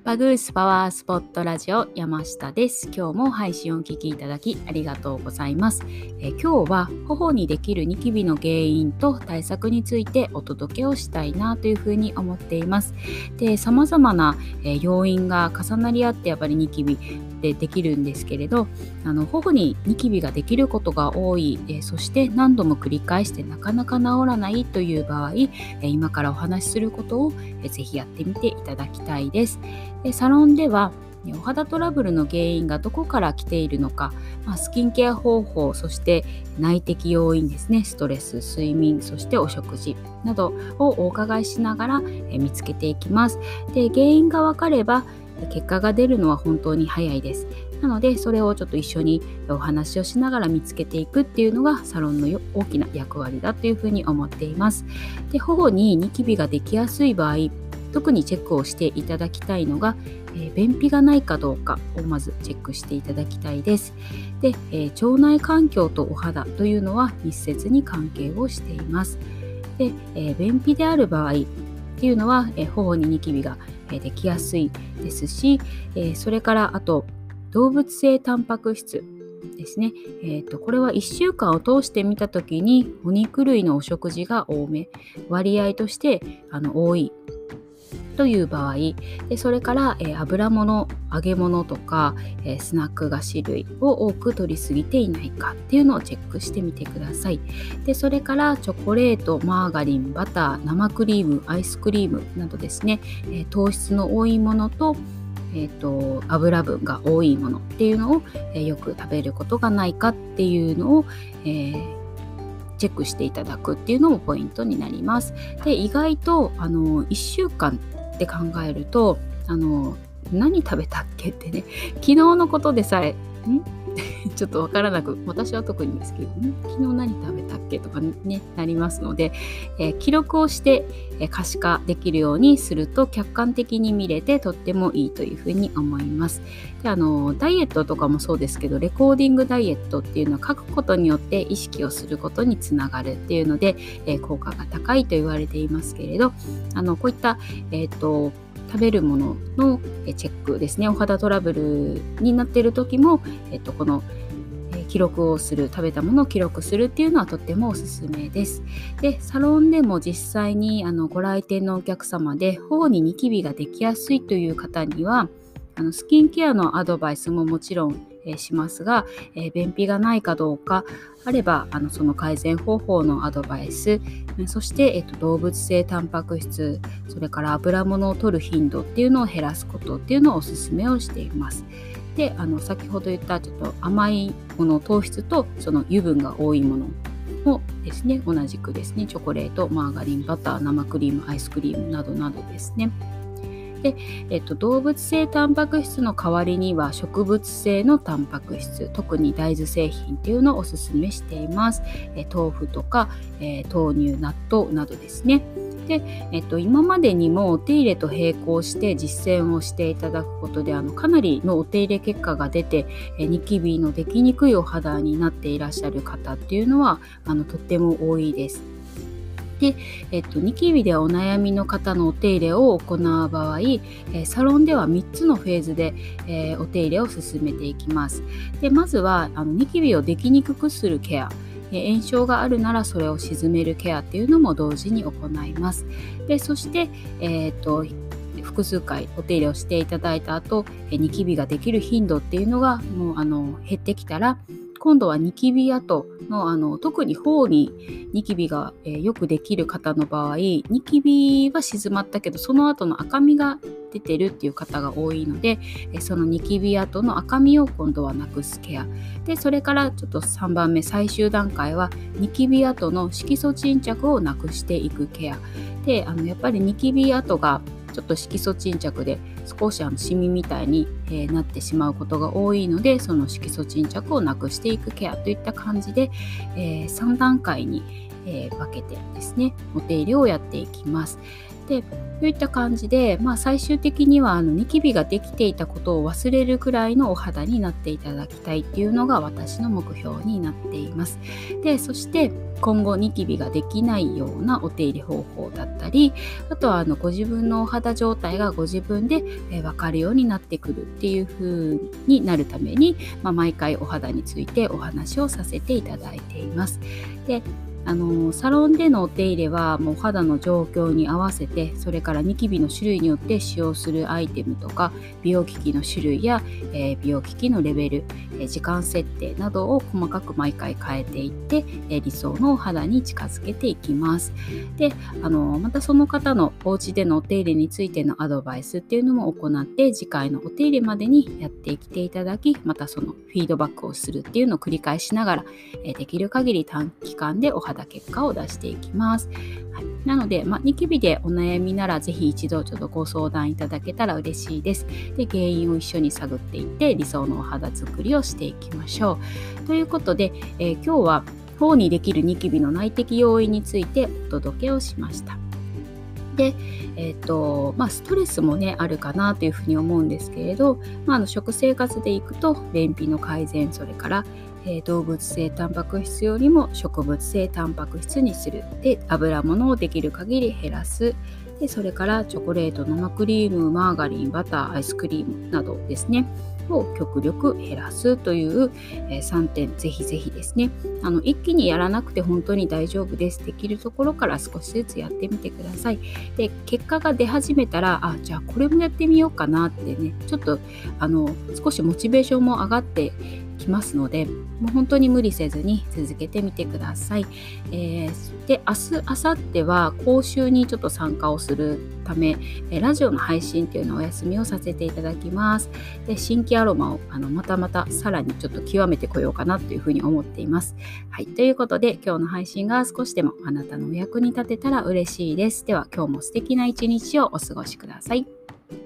バグースパワースポットラジオ山下です。今日も配信をお聞きいただきありがとうございます。今日は頬にできるニキビの原因と対策についてお届けをしたいなというふうに思っています。で、様々な要因が重なり合ってやっぱりニキビでできるんですけれど、頬にニキビができることが多い、そして何度も繰り返してなかなか治らないという場合、今からお話しすることをぜひやってみていただきたいです。サロンではお肌トラブルの原因がどこから来ているのか、スキンケア方法、そして内的要因ですね、ストレス、睡眠、そしてお食事などをお伺いしながら見つけていきます。で、原因が分かれば結果が出るのは本当に早いです。なのでそれをちょっと一緒にお話をしながら見つけていくっていうのがサロンの大きな役割だというふうに思っています。で、頬にニキビができやすい場合、特にチェックをしていただきたいのが、便秘がないかどうかをまずチェックしていただきたいです。で、腸内環境とお肌というのは密接に関係をしています。で、便秘である場合っていうのは、頬にニキビができやすいですし、それからあと動物性タンパク質ですね。これは1週間を通して見たときにお肉類のお食事が多め、割合として多いという場合で、それから、油物、揚げ物とか、スナック菓子類を多く取りすぎていないかっていうのをチェックしてみてください。で、それからチョコレート、マーガリン、バター、生クリーム、アイスクリームなどですね、糖質の多いものと油分が多いものっていうのを、よく食べることがないかっていうのを、チェックしていただくっていうのもポイントになります。で、意外と1週間って考えると何食べたっけってね、昨日のことでさえちょっとわからなく、私は特にですけどね、昨日何食べたっけとかねなりますので、記録をして、可視化できるようにすると客観的に見れてとってもいいというふうに思います。で、ダイエットとかもそうですけど、レコーディングダイエットっていうのは書くことによって意識をすることにつながるっていうので、効果が高いと言われていますけれど、こういった食べるもののチェックですね、お肌トラブルになっている時も、この記録をする、食べたものを記録するっていうのはとってもおすすめです。で、サロンでも実際にご来店のお客様で頬にニキビができやすいという方にはスキンケアのアドバイスももちろんしますが、便秘がないかどうかあればその改善方法のアドバイス、そして、動物性タンパク質、それから油物を取る頻度っていうのを減らすことっていうのをおすすめをしています。で、先ほど言ったちょっと甘いもの、糖質とその油分が多いものもですね、同じくですね、チョコレート、マーガリン、バター、生クリーム、アイスクリームなどなどですね。で、動物性タンパク質の代わりには植物性のタンパク質、特に大豆製品っていうのをおすすめしています。豆腐とか、豆乳、納豆などですね。で、今までにもお手入れと並行して実践をしていただくことでかなりのお手入れ結果が出て、ニキビのできにくいお肌になっていらっしゃる方っていうのはとっても多いです。で、ニキビでお悩みの方のお手入れを行う場合、サロンでは3つのフェーズで、お手入れを進めていきます。で、まずはニキビをできにくくするケア、炎症があるならそれを鎮めるケアっていうのも同時に行います。で、そして、複数回お手入れをしていただいた後、ニキビができる頻度っていうのがもう減ってきたら、今度はニキビ跡の特に頬にニキビが、よくできる方の場合、ニキビは静まったけどその後の赤みが出てるっていう方が多いので、そのニキビ跡の赤みを今度はなくすケアで、それからちょっと3番目、最終段階はニキビ跡の色素沈着をなくしていくケアで、やっぱりニキビ跡がちょっと色素沈着で少しシミみたいに、なってしまうことが多いので、その色素沈着をなくしていくケアといった感じで、3段階に、 分けてですねお手入れをやっていきます。でといった感じで、最終的にはニキビができていたことを忘れるくらいのお肌になっていただきたいっていうのが私の目標になっています。でそして今後ニキビができないようなお手入れ方法だったり、あとはご自分のお肌状態がご自分で分かるようになってくるっていう風になるために、毎回お肌についてお話をさせていただいています。でサロンでのお手入れはもう肌の状況に合わせて、それからニキビの種類によって使用するアイテムとか美容機器の種類や、美容機器のレベル、時間設定などを細かく毎回変えていって、理想のお肌に近づけていきます。でまたその方のお家でのお手入れについてのアドバイスっていうのも行って、次回のお手入れまでにやってきていただき、またそのフィードバックをするっていうのを繰り返しながら、できる限り短期間でお肌結果を出していきます。なので、ニキビでお悩みならぜひ一度ちょっとご相談いただけたら嬉しいです。で原因を一緒に探っていって理想のお肌作りをしていきましょう。ということで、今日は頬にできるニキビの内的要因についてお届けをしました。でストレスもねあるかなというふうに思うんですけれど、食生活でいくと便秘の改善、それから動物性タンパク質よりも植物性タンパク質にする。で油物をできる限り減らす。でそれからチョコレート、生クリーム、マーガリン、バター、アイスクリームなどですねを極力減らすという、3点ぜひぜひですね一気にやらなくて本当に大丈夫です。できるところから少しずつやってみてください。で結果が出始めたらじゃあこれもやってみようかなってね、ちょっと少しモチベーションも上がってきますので、もう本当に無理せずに続けてみてください。で明日明後日は講習にちょっと参加をするため、ラジオの配信っていうのをお休みをさせていただきます。で新規アロマをまたさらにちょっと極めてこようかなというふうに思っています。はい、ということで今日の配信が少しでもあなたのお役に立てたら嬉しいです。では今日も素敵な一日をお過ごしください。